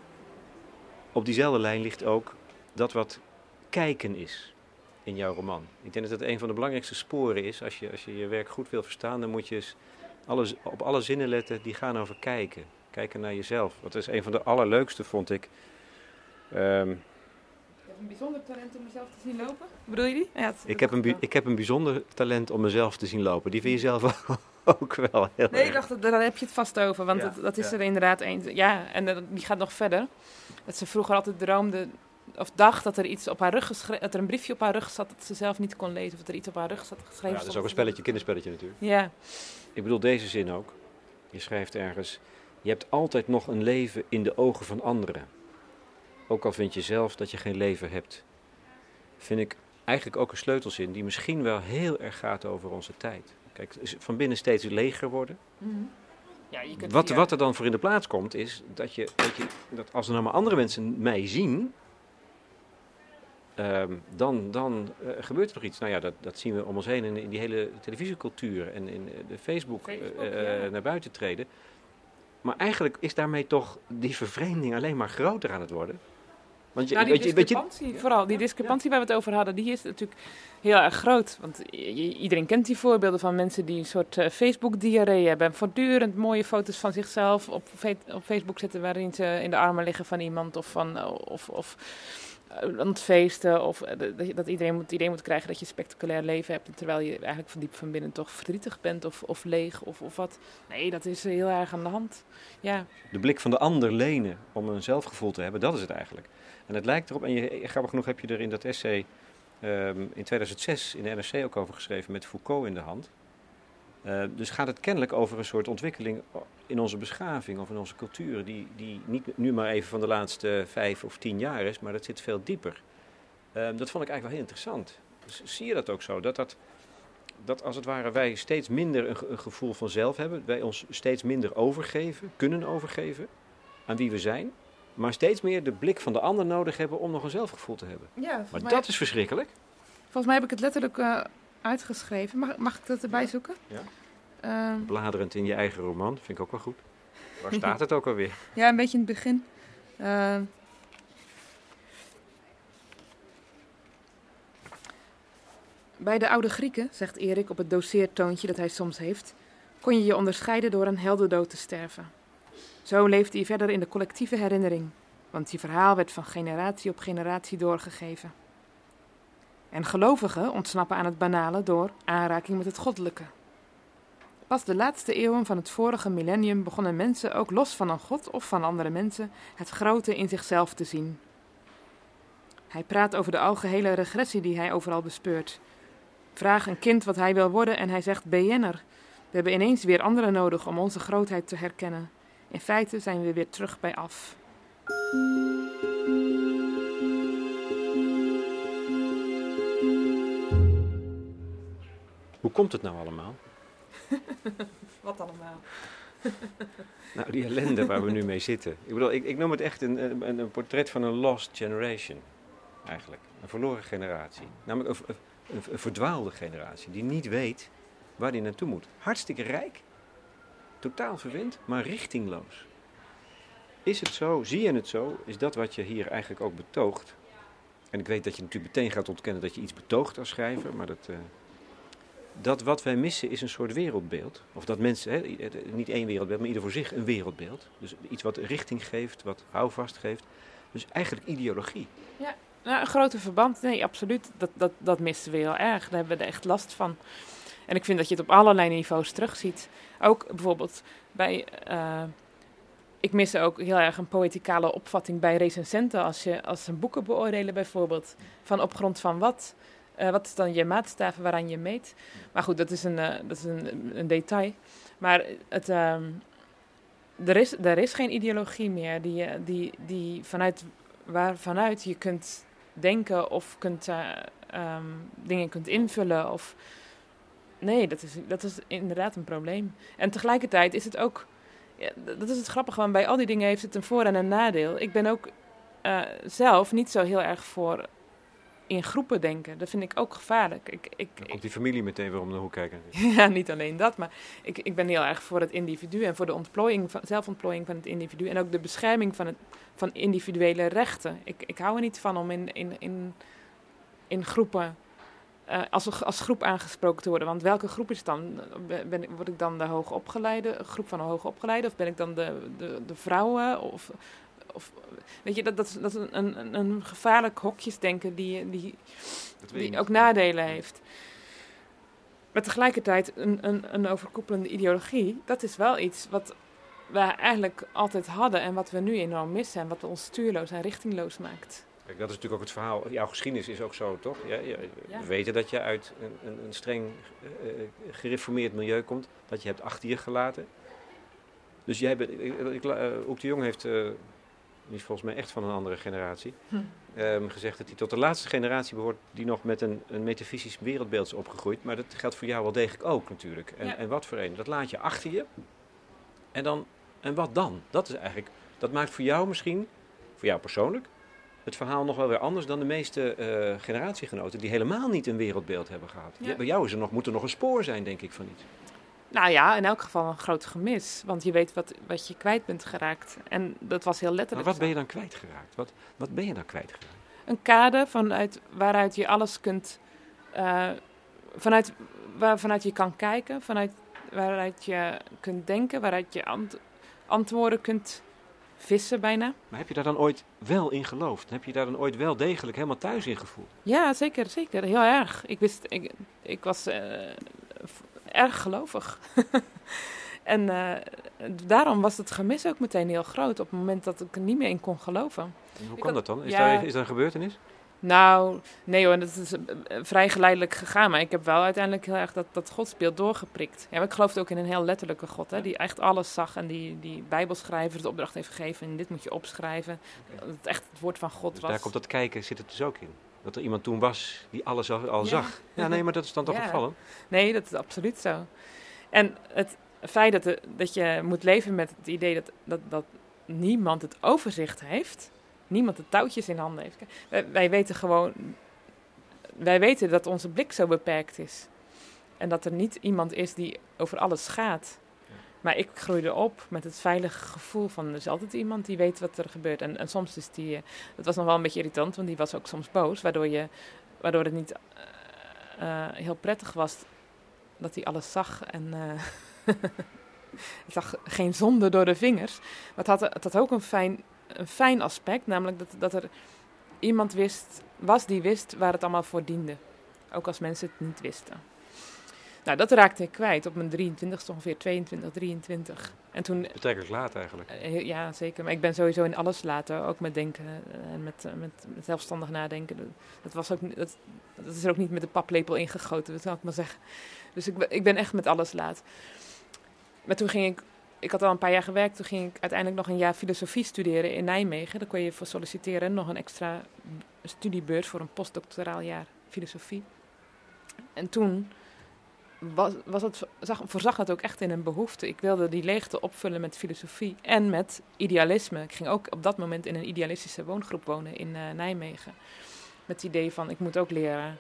Op diezelfde lijn ligt ook dat wat kijken is in jouw roman. Ik denk dat het een van de belangrijkste sporen is. Als je als je, je werk goed wil verstaan, dan moet je eens alles, op alle zinnen letten die gaan over kijken. Kijken naar jezelf. Dat is een van de allerleukste, vond ik. Um, je hebt een bijzonder talent om mezelf te zien lopen? Bedoel je die? Ja, het, ik, heb een bu- ik heb een bijzonder talent om mezelf te zien lopen. Die vind je zelf ook wel heel Nee, erg. ik dacht, dat, daar heb je het vast over. Want Ja, dat, dat is ja. er inderdaad één. Ja, en dat, die gaat nog verder. Dat ze vroeger altijd droomde, of dacht dat er iets op haar rug geschreven, dat er een briefje op haar rug zat dat ze zelf niet kon lezen. Of dat er iets op haar rug zat geschreven. Ja, dat is ook een spelletje, kinderspelletje natuurlijk. Ja. Ik bedoel deze zin ook. Je schrijft ergens: je hebt altijd nog een leven in de ogen van anderen. Ook al vind je zelf dat je geen leven hebt. Vind ik eigenlijk ook een sleutelzin die misschien wel heel erg gaat over onze tijd. Kijk, van binnen steeds leger worden. Mm-hmm. Ja, je kunt Wat, via... wat er dan voor in de plaats komt is dat, je, dat, je, dat als er nou maar andere mensen mij zien, um, dan, dan uh, gebeurt er nog iets. Nou ja, dat, dat zien we om ons heen in, in die hele televisiecultuur en in de Facebook, Facebook uh, ja. naar buiten treden. Maar eigenlijk is daarmee toch die vervreemding alleen maar groter aan het worden. Want je, nou, die weet je, weet discrepantie, je, vooral die discrepantie waar we het over hadden, die is natuurlijk heel erg groot. Want iedereen kent die voorbeelden van mensen die een soort uh, Facebook-diarree hebben. Voortdurend mooie foto's van zichzelf op, fe- op Facebook zetten waarin ze in de armen liggen van iemand of, van, uh, of, of uh, aan het feesten. Of uh, dat iedereen moet, iedereen moet krijgen dat je een spectaculair leven hebt, terwijl je eigenlijk van diep van binnen toch verdrietig bent of, of leeg of, of wat. Nee, dat is heel erg aan de hand. Ja. De blik van de ander lenen om een zelfgevoel te hebben, dat is het eigenlijk. En het lijkt erop, en je, grappig genoeg heb je er in dat essay um, in tweeduizend zes in de N R C ook over geschreven met Foucault in de hand. Uh, dus gaat het kennelijk over een soort ontwikkeling in onze beschaving of in onze cultuur, die, die niet nu maar even van de laatste vijf of tien jaar is, maar dat zit veel dieper. Um, dat vond ik eigenlijk wel heel interessant. Dus zie je dat ook zo? Dat, dat, dat als het ware wij steeds minder een, een gevoel van zelf hebben. Wij ons steeds minder overgeven, kunnen overgeven aan wie we zijn. Maar steeds meer de blik van de ander nodig hebben om nog een zelfgevoel te hebben. Ja, maar dat is verschrikkelijk. Volgens mij heb ik het letterlijk uh, uitgeschreven. Mag, mag ik dat erbij ja. zoeken? Ja. Uh, Bladerend in je eigen roman, vind ik ook wel goed. Waar staat het ook alweer? Ja, een beetje in het begin. Uh, Bij de oude Grieken, zegt Erik op het doseertoontje dat hij soms heeft, kon je je onderscheiden door een heldendood te sterven. Zo leefde hij verder in de collectieve herinnering, want die verhaal werd van generatie op generatie doorgegeven. En gelovigen ontsnappen aan het banale door aanraking met het goddelijke. Pas de laatste eeuwen van het vorige millennium begonnen mensen ook los van een god of van andere mensen het grote in zichzelf te zien. Hij praat over de algehele regressie die hij overal bespeurt. Vraag een kind wat hij wil worden en hij zegt B N'er. We hebben ineens weer anderen nodig om onze grootheid te herkennen. In feite zijn we weer terug bij af. Hoe komt het nou allemaal? Wat allemaal? Nou, die ellende waar we nu mee zitten. Ik bedoel, ik, ik noem het echt een, een, een portret van een lost generation. Eigenlijk. Een verloren generatie. Namelijk een, een, een verdwaalde generatie. Die niet weet waar die naartoe moet. Hartstikke rijk. Totaal verwend, maar richtingloos. Is het zo? Zie je het zo? Is dat wat je hier eigenlijk ook betoogt? En ik weet dat je natuurlijk meteen gaat ontkennen dat je iets betoogt als schrijver. Maar dat, uh, dat wat wij missen is een soort wereldbeeld. Of dat mensen, hè, niet één wereldbeeld, maar ieder voor zich een wereldbeeld. Dus iets wat richting geeft, wat houvast geeft. Dus eigenlijk ideologie. Ja, nou, een grote verband. Nee, absoluut. Dat, dat, dat missen we heel erg. Daar hebben we er echt last van. En ik vind dat je het op allerlei niveaus terugziet. Ook bijvoorbeeld bij... Uh, ik mis ook heel erg een poëticale opvatting bij recensenten als, je, als ze boeken beoordelen bijvoorbeeld. Van op grond van wat? Uh, wat is dan je maatstaven waaraan je meet? Maar goed, dat is een, uh, dat is een, een detail. Maar het, uh, er, is, er is geen ideologie meer die, die, die vanuit, waarvanuit je kunt denken of kunt, uh, um, dingen kunt invullen. Of... Nee, dat is, dat is inderdaad een probleem. En tegelijkertijd is het ook... Ja, dat is het grappige, want bij al die dingen heeft het een voor- en een nadeel. Ik ben ook uh, zelf niet zo heel erg voor in groepen denken. Dat vind ik ook gevaarlijk. Ik, ik, Dan komt die familie meteen weer om de hoek kijken. Ja, niet alleen dat, maar ik, ik ben heel erg voor het individu en voor de ontplooiing van, zelfontplooiing van het individu. En ook de bescherming van, het, van individuele rechten. Ik, ik hou er niet van om in, in, in, in groepen... Uh, als, als groep aangesproken te worden. Want welke groep is het dan? Ben ik, word ik dan de hoogopgeleide, een groep van de hoogopgeleide? Of ben ik dan de, de, de vrouwen? Of, of, weet je, dat, dat, dat is een, een, een gevaarlijk hokjesdenken die, die, die ook nadelen heeft. Maar tegelijkertijd een, een, een overkoepelende ideologie, dat is wel iets wat we eigenlijk altijd hadden en wat we nu enorm missen en wat ons stuurloos en richtingloos maakt. Kijk, dat is natuurlijk ook het verhaal. Jouw geschiedenis is ook zo, toch? Ja, ja, ja. We weten dat je uit een, een, een streng uh, gereformeerd milieu komt. Dat je hebt achter je gelaten. Dus jij bent... Ik, uh, Oek de Jong heeft... Uh, die is volgens mij echt van een andere generatie. Hm. Um, gezegd dat hij tot de laatste generatie behoort die nog met een, een metafysisch wereldbeeld is opgegroeid. Maar dat geldt voor jou wel degelijk ook natuurlijk. En, ja. en wat voor een? Dat laat je achter je. En dan... En wat dan? Dat is eigenlijk... Dat maakt voor jou misschien... Voor jou persoonlijk... het verhaal nog wel weer anders dan de meeste uh, generatiegenoten die helemaal niet een wereldbeeld hebben gehad. Ja. Bij jou is er nog, moet er nog een spoor zijn, denk ik, van iets. Nou ja, in elk geval een groot gemis. Want je weet wat, wat je kwijt bent geraakt. En dat was heel letterlijk. Maar wat ben je dan kwijtgeraakt? Wat, wat ben je dan kwijtgeraakt? Een kader vanuit, waaruit je alles kunt... Uh, vanuit, waar, vanuit je kan kijken, vanuit waaruit je kunt denken, waaruit je ant, antwoorden kunt... vissen bijna. Maar heb je daar dan ooit wel in geloofd? Heb je daar dan ooit wel degelijk helemaal thuis in gevoeld? Ja, zeker, zeker. Heel erg. Ik wist, ik, ik was uh, erg gelovig. en uh, daarom was het gemis ook meteen heel groot op het moment dat ik er niet meer in kon geloven. En hoe ik kan had, dat dan? Is, ja, daar, is daar een gebeurtenis? Nou, nee hoor, dat is vrij geleidelijk gegaan. Maar ik heb wel uiteindelijk heel erg dat, dat godsbeeld doorgeprikt. Ja, maar ik geloofde ook in een heel letterlijke God, hè, die echt alles zag. En die, die bijbelschrijver de opdracht heeft gegeven. En dit moet je opschrijven. Okay. Dat het echt het woord van God dus was. Daar komt dat kijken, zit het dus ook in? Dat er iemand toen was die alles al, al Ja. zag. Ja, nee, maar dat is dan toch Ja. opvallend? Nee, dat is absoluut zo. En het feit dat, de, dat je moet leven met het idee dat, dat, dat niemand het overzicht heeft, niemand de touwtjes in handen heeft. Wij, wij weten gewoon, wij weten dat onze blik zo beperkt is. En dat er niet iemand is die over alles gaat. Maar ik groeide op met het veilige gevoel van er is altijd iemand die weet wat er gebeurt. En, en soms is die, uh, dat was nog wel een beetje irritant, want die was ook soms boos, waardoor, je, waardoor het niet uh, uh, heel prettig was dat hij alles zag. En uh, ik zag geen zonde door de vingers. Maar het had, het had ook een fijn, een fijn aspect, namelijk dat, dat er iemand wist, was die wist waar het allemaal voor diende. Ook als mensen het niet wisten. Nou, dat raakte ik kwijt op mijn drieëntwintigste, ongeveer tweeëntwintig, drieëntwintig. En toen, Betrekkelijk laat eigenlijk. uh, ja, zeker. Maar ik ben sowieso in alles later, ook met denken en met, uh, met, met zelfstandig nadenken. Dat, dat, was ook, dat, dat is er ook niet met de paplepel ingegoten, dat zal ik maar zeggen. Dus ik, ik ben echt met alles laat. Maar toen ging ik, ik had al een paar jaar gewerkt, toen ging ik uiteindelijk nog een jaar filosofie studeren in Nijmegen. Daar kon je voor solliciteren, nog een extra studiebeurt voor een postdoctoraal jaar filosofie. En toen was, was het, zag, voorzag het ook echt in een behoefte. Ik wilde die leegte opvullen met filosofie en met idealisme. Ik ging ook op dat moment in een idealistische woongroep wonen in uh, Nijmegen. Met het idee van, ik moet ook leren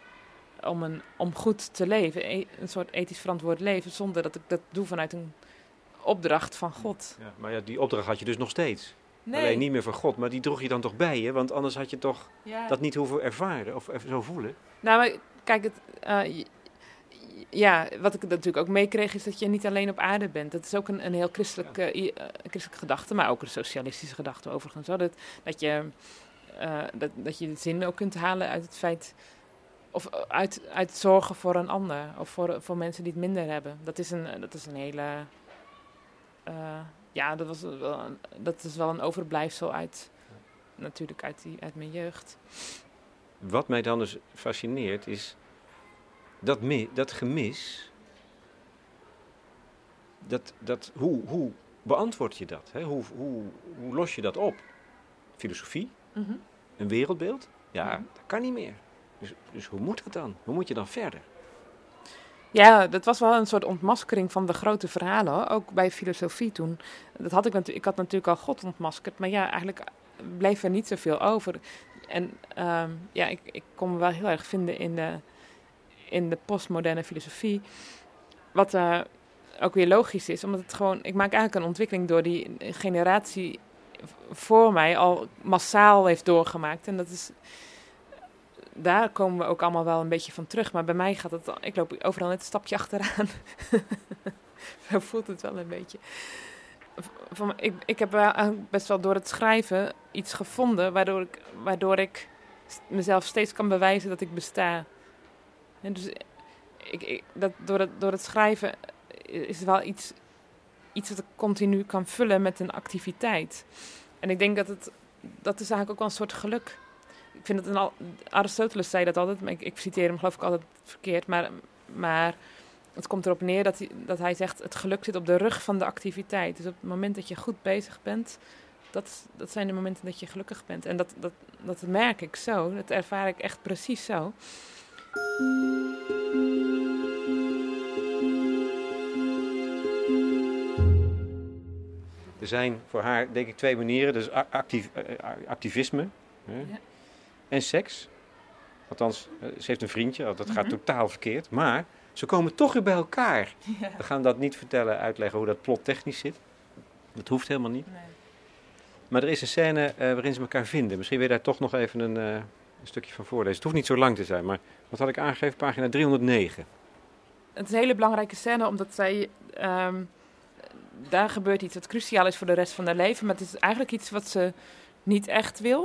om, een, om goed te leven. E- een soort ethisch verantwoord leven, zonder dat ik dat doe vanuit een opdracht van God. Ja, maar ja, die opdracht had je dus nog steeds. Nee. Alleen niet meer van God, maar die droeg je dan toch bij je? Want anders had je toch Ja. dat niet hoeven ervaren of zo voelen. Nou, maar kijk, het, uh, j- ja, wat ik natuurlijk ook meekreeg is dat je niet alleen op aarde bent. Dat is ook een, een heel christelijke, uh, christelijke gedachte, maar ook een socialistische gedachte overigens. Hoor. Dat, dat, je, uh, dat, dat je de zin ook kunt halen uit het feit, of uit, uit zorgen voor een ander, of voor, voor mensen die het minder hebben. Dat is een, dat is een hele, uh, ja, dat, was wel een, dat is wel een overblijfsel uit, natuurlijk uit, die, uit mijn jeugd. Wat mij dan dus fascineert is dat, mi- dat gemis. Dat, dat, hoe, hoe beantwoord je dat? Hè? Hoe, hoe, hoe los je dat op? Filosofie? Mm-hmm. Een wereldbeeld? Ja, Mhm. dat kan niet meer. Dus, dus hoe moet dat dan? Hoe moet je dan verder? Ja, dat was wel een soort ontmaskering van de grote verhalen, hoor. Ook bij filosofie toen. Dat had ik, natu- ik had natuurlijk al God ontmaskerd, maar ja, eigenlijk bleef er niet zoveel over. En um, ja, ik, ik kon me wel heel erg vinden in de, in de postmoderne filosofie. Wat uh, ook weer logisch is, omdat het gewoon, ik maak eigenlijk een ontwikkeling door die generatie voor mij al massaal heeft doorgemaakt. En dat is, daar komen we ook allemaal wel een beetje van terug. Maar bij mij gaat het, ik loop overal net een stapje achteraan. Zo voelt het wel een beetje. Van, ik, ik heb wel best wel door het schrijven iets gevonden waardoor ik, waardoor ik mezelf steeds kan bewijzen dat ik besta. En dus ik, ik, dat, door, het, door het schrijven is het wel iets, iets wat ik continu kan vullen met een activiteit. En ik denk dat het, dat is eigenlijk ook wel een soort geluk. Ik vind het een, Aristoteles zei dat altijd, maar ik, ik citeer hem geloof ik altijd verkeerd, maar, maar het komt erop neer dat hij, dat hij zegt, het geluk zit op de rug van de activiteit. Dus op het moment dat je goed bezig bent, dat, dat zijn de momenten dat je gelukkig bent. En dat, dat, dat merk ik zo, dat ervaar ik echt precies zo. Er zijn voor haar, denk ik, twee manieren. Dus actief, activisme hè, Ja. en seks. Althans, ze heeft een vriendje, dat gaat Mm-hmm. totaal verkeerd. Maar ze komen toch weer bij elkaar. Ja. We gaan dat niet vertellen, uitleggen hoe dat plot technisch zit. Dat hoeft helemaal niet. Nee. Maar er is een scène uh, waarin ze elkaar vinden. Misschien wil je daar toch nog even een, uh, een stukje van voorlezen. Het hoeft niet zo lang te zijn, maar wat had ik aangegeven? Pagina driehonderdnegen. Het is een hele belangrijke scène, omdat zij... Um, daar gebeurt iets wat cruciaal is voor de rest van haar leven. Maar het is eigenlijk iets wat ze niet echt wil.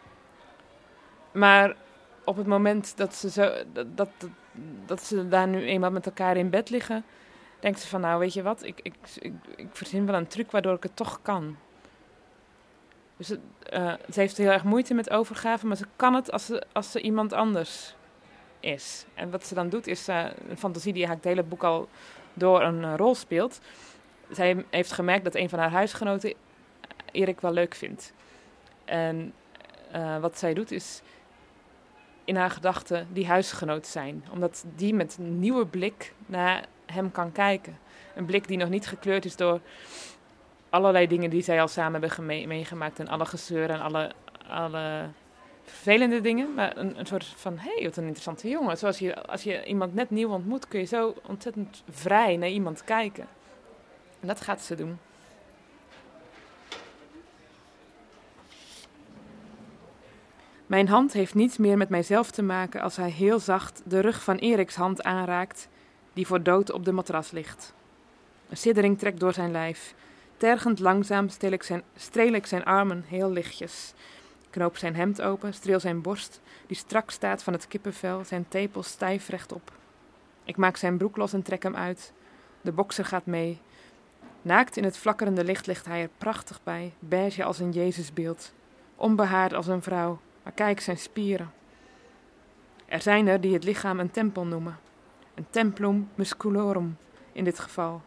Maar op het moment dat ze, zo, dat, dat, dat ze daar nu eenmaal met elkaar in bed liggen, denkt ze van, nou weet je wat, ik, ik, ik, ik verzin wel een truc waardoor ik het toch kan. Dus het, uh, ze heeft heel erg moeite met overgave, maar ze kan het als ze, als ze iemand anders is. En wat ze dan doet is uh, een fantasie die eigenlijk het hele boek al door een uh, rol speelt. Zij heeft gemerkt dat een van haar huisgenoten Erik wel leuk vindt. En uh, wat zij doet is in haar gedachten die huisgenoot zijn. Omdat die met een nieuwe blik naar hem kan kijken. Een blik die nog niet gekleurd is door allerlei dingen die zij al samen hebben geme- meegemaakt. En alle gezeur en alle, alle vervelende dingen. Maar een, een soort van, hé, hey, wat een interessante jongen. Zoals je, als je iemand net nieuw ontmoet, kun je zo ontzettend vrij naar iemand kijken. En dat gaat ze doen. Mijn hand heeft niets meer met mijzelf te maken als hij heel zacht de rug van Eriks hand aanraakt, die voor dood op de matras ligt. Een siddering trekt door zijn lijf. Tergend langzaam streel ik zijn, streel ik zijn armen heel lichtjes. Knoop zijn hemd open, streel zijn borst, die strak staat van het kippenvel, zijn tepels stijf rechtop. Ik maak zijn broek los en trek hem uit. De bokser gaat mee. Naakt in het flakkerende licht ligt hij er prachtig bij, beige als een Jezusbeeld. Onbehaard als een vrouw, maar kijk zijn spieren. Er zijn er die het lichaam een tempel noemen. Een templum musculorum in dit geval.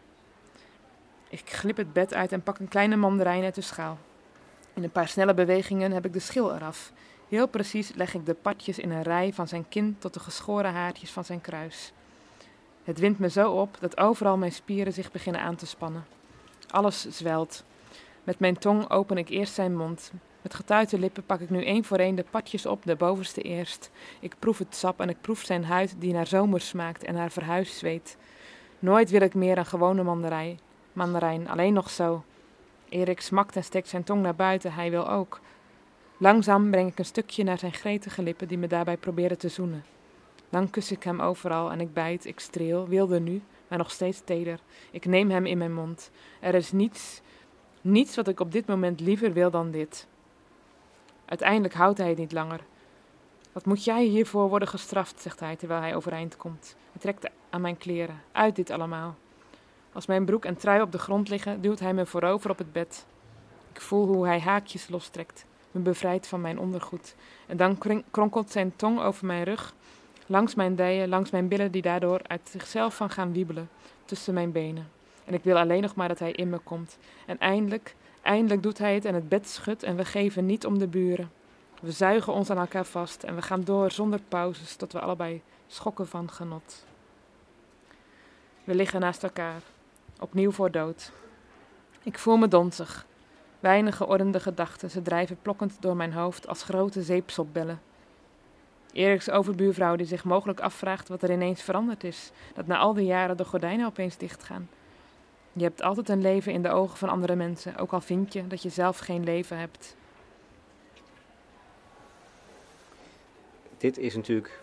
Ik glip het bed uit en pak een kleine mandarijn uit de schaal. In een paar snelle bewegingen heb ik de schil eraf. Heel precies leg ik de patjes in een rij van zijn kin tot de geschoren haartjes van zijn kruis. Het windt me zo op dat overal mijn spieren zich beginnen aan te spannen. Alles zwelt. Met mijn tong open ik eerst zijn mond. Met getuite lippen pak ik nu één voor één de patjes op, de bovenste eerst. Ik proef het sap en ik proef zijn huid die naar zomer smaakt en naar verhuiszweet. Nooit wil ik meer een gewone mandarijn, mandarijn, alleen nog zo. Erik smakt en steekt zijn tong naar buiten, hij wil ook. Langzaam breng ik een stukje naar zijn gretige lippen die me daarbij proberen te zoenen. Dan kus ik hem overal en ik bijt, ik streel, wilde nu, maar nog steeds teder. Ik neem hem in mijn mond. Er is niets, niets wat ik op dit moment liever wil dan dit. Uiteindelijk houdt hij het niet langer. Wat moet jij hiervoor worden gestraft, zegt hij terwijl hij overeind komt. Hij trekt aan mijn kleren. Uit dit allemaal. Als mijn broek en trui op de grond liggen, duwt hij me voorover op het bed. Ik voel hoe hij haakjes lostrekt, me bevrijdt van mijn ondergoed. En dan kring- kronkelt zijn tong over mijn rug, langs mijn dijen, langs mijn billen die daardoor uit zichzelf van gaan wiebelen, tussen mijn benen. En ik wil alleen nog maar dat hij in me komt. En eindelijk, eindelijk doet hij het en het bed schudt en we geven niet om de buren. We zuigen ons aan elkaar vast en we gaan door zonder pauzes tot we allebei schokken van genot. We liggen naast elkaar, opnieuw voor dood. Ik voel me donzig. Weinig geordende gedachten, ze drijven plokkend door mijn hoofd als grote zeepsopbellen. Eriks overbuurvrouw die zich mogelijk afvraagt wat er ineens veranderd is, dat na al die jaren de gordijnen opeens dichtgaan. Je hebt altijd een leven in de ogen van andere mensen, ook al vind je dat je zelf geen leven hebt. Dit is natuurlijk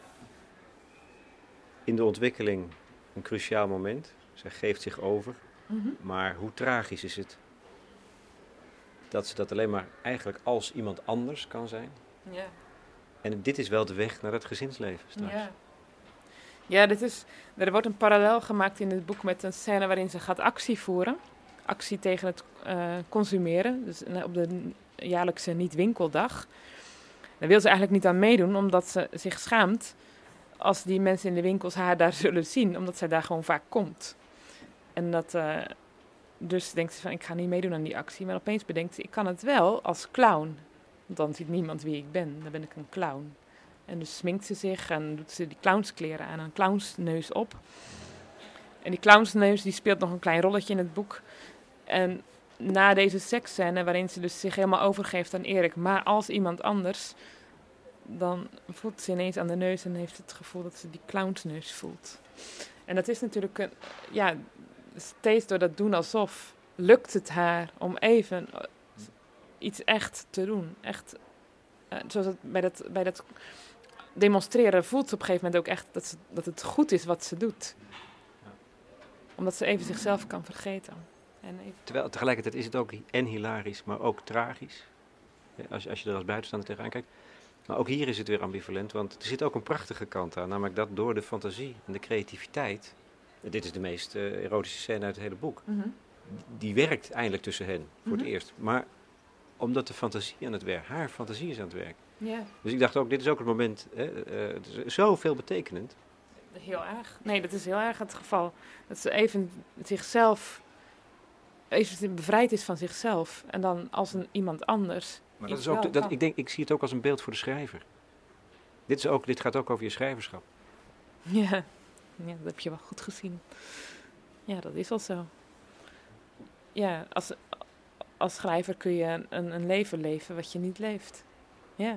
in de ontwikkeling een cruciaal moment. Zij geeft zich over. Mm-hmm. Maar hoe tragisch is het dat ze dat alleen maar eigenlijk als iemand anders kan zijn. Ja. En dit is wel de weg naar het gezinsleven straks. Ja. Ja, dit is, er wordt een parallel gemaakt in het boek met een scène waarin ze gaat actie voeren. Actie tegen het uh, consumeren, dus op de jaarlijkse niet-winkeldag. Daar wil ze eigenlijk niet aan meedoen, omdat ze zich schaamt als die mensen in de winkels haar daar zullen zien, omdat zij daar gewoon vaak komt. En dat, uh, dus denkt ze van, ik ga niet meedoen aan die actie. Maar opeens bedenkt ze, ik kan het wel als clown. Want dan ziet niemand wie ik ben, dan ben ik een clown. En dus sminkt ze zich en doet ze die clownskleren aan, een clownsneus op. En die clownsneus die speelt nog een klein rolletje in het boek. En na deze seksscène, waarin ze dus zich helemaal overgeeft aan Erik, maar als iemand anders, dan voelt ze ineens aan de neus en heeft het gevoel dat ze die clownsneus voelt. En dat is natuurlijk, een, ja, steeds door dat doen alsof, lukt het haar om even iets echt te doen. Echt, uh, zoals het bij dat, bij dat demonstreren voelt ze op een gegeven moment ook echt dat, ze, dat het goed is wat ze doet. Omdat ze even zichzelf kan vergeten. En even... Terwijl tegelijkertijd is het ook en hilarisch, maar ook tragisch. Als, als je er als buitenstaander tegenaan kijkt. Maar ook hier is het weer ambivalent, want er zit ook een prachtige kant aan. Namelijk dat door de fantasie en de creativiteit, dit is de meest uh, erotische scène uit het hele boek, mm-hmm. die werkt eindelijk tussen hen, voor mm-hmm. het eerst. Maar omdat de fantasie aan het werk, haar fantasie is aan het werk. Yeah. Dus ik dacht ook, dit is ook het moment, hè, uh, het is zo veelbetekenend. Heel erg. Nee, dat is heel erg het geval. Dat ze even zichzelf, even bevrijd is van zichzelf. En dan als een iemand anders. Maar dat is ook, de, dat, ik denk, ik zie het ook als een beeld voor de schrijver. Dit, is ook, dit gaat ook over je schrijverschap. Ja. ja, dat heb je wel goed gezien. Ja, dat is wel zo. Ja, als, als schrijver kun je een, een leven leven wat je niet leeft. Ja.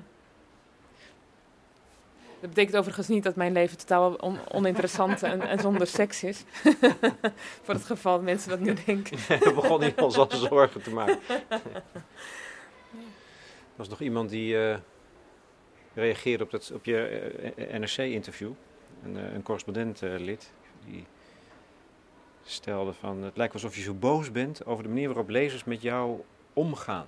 Dat betekent overigens niet dat mijn leven totaal on, oninteressant en, en zonder seks is. Voor het geval dat mensen dat nu denken. We begonnen ons al zorgen te maken. Er was nog iemand die uh, reageerde op, dat, op je uh, N R C-interview. Een, uh, een correspondent-lid. Uh, die stelde van, het lijkt alsof je zo boos bent over de manier waarop lezers met jou omgaan.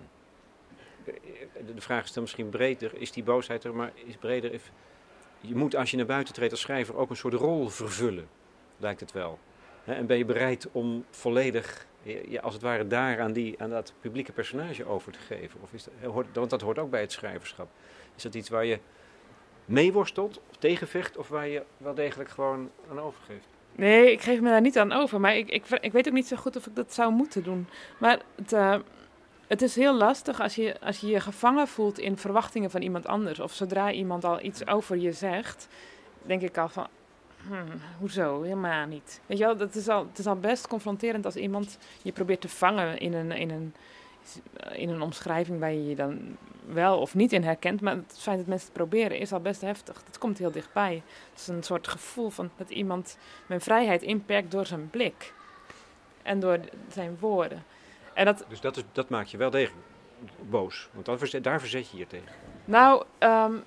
De vraag is dan misschien breder, is die boosheid er, maar is breder... If, je moet als je naar buiten treedt als schrijver ook een soort rol vervullen, lijkt het wel. He, en ben je bereid om volledig, ja, als het ware, daar aan, die, aan dat publieke personage over te geven? Of is dat, hoort, want dat hoort ook bij het schrijverschap. Is dat iets waar je mee worstelt, of tegenvecht, of waar je wel degelijk gewoon aan overgeeft? Nee, ik geef me daar niet aan over. Maar ik, ik, ik weet ook niet zo goed of ik dat zou moeten doen. Maar het, uh, het is heel lastig als je, als je je gevangen voelt in verwachtingen van iemand anders. Of zodra iemand al iets over je zegt, denk ik al van... Hmm, hoezo? Helemaal niet. Weet je wel, dat is al, het is al best confronterend als iemand je probeert te vangen in een, in een, in een omschrijving waar je je dan wel of niet in herkent. Maar het feit dat mensen het proberen is al best heftig. Dat komt heel dichtbij. Het is een soort gevoel van dat iemand mijn vrijheid inperkt door zijn blik. En door zijn woorden. En dat, dus dat, is, dat maakt je wel degelijk boos. Want dan verzet, daar verzet je je tegen. Nou, um,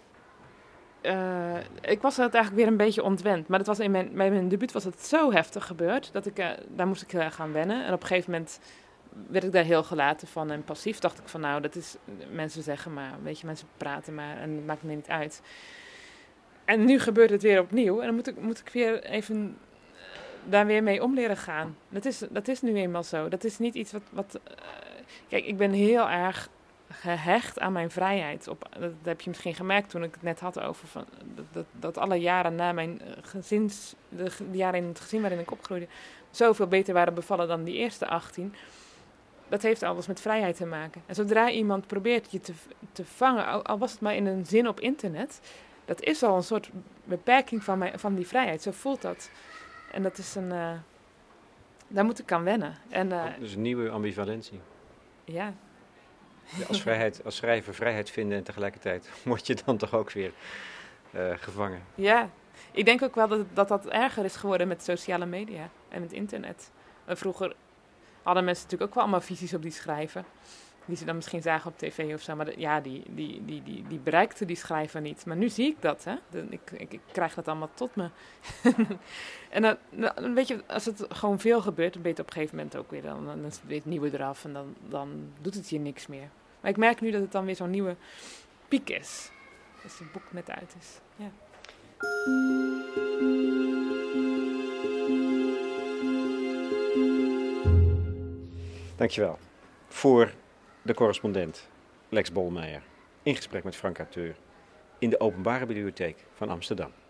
uh, ik was het eigenlijk weer een beetje ontwend. Maar dat was in mijn, bij mijn debuut was het zo heftig gebeurd. Dat ik, uh, daar moest ik uh, gaan wennen. En op een gegeven moment werd ik daar heel gelaten van en passief. Dacht ik van nou, dat is, mensen zeggen maar, weet je, mensen praten maar en het maakt me niet uit. En nu gebeurt het weer opnieuw. En dan moet ik, moet ik weer even daar weer mee om leren gaan. Dat is, dat is nu eenmaal zo. Dat is niet iets wat... wat uh, kijk, ik ben heel erg gehecht aan mijn vrijheid. Op, dat heb je misschien gemerkt toen ik het net had over... Van, dat, dat, dat alle jaren na mijn gezins... De, de jaren in het gezin waarin ik opgroeide... zoveel beter waren bevallen dan die eerste achttien. Dat heeft alles met vrijheid te maken. En zodra iemand probeert je te, te vangen... al was het maar in een zin op internet... dat is al een soort beperking van, mijn, van die vrijheid. Zo voelt dat. En dat is een... Uh, daar moet ik aan wennen. En, uh, dus een nieuwe ambivalentie. Ja. Ja, als, vrijheid, als schrijver vrijheid vinden en tegelijkertijd word je dan toch ook weer uh, gevangen. Ja, ik denk ook wel dat, dat dat erger is geworden met sociale media en met internet. Uh, vroeger hadden mensen natuurlijk ook wel allemaal visies op die schrijver. Die ze dan misschien zagen op tv of zo. Maar de, ja, die, die, die, die, die bereikte die schrijver niet. Maar nu zie ik dat, hè. De, ik, ik, ik krijg dat allemaal tot me. En dan, dan weet je, als het gewoon veel gebeurt, dan ben je het op een gegeven moment ook weer. Dan, dan is het weer het nieuwe eraf en dan, dan doet het je niks meer. Maar ik merk nu dat het dan weer zo'n nieuwe piek is. Als het boek net uit is. Ja. Dankjewel. Voor de correspondent Lex Bolmeijer. In gesprek met Frank Auteur in de Openbare Bibliotheek van Amsterdam.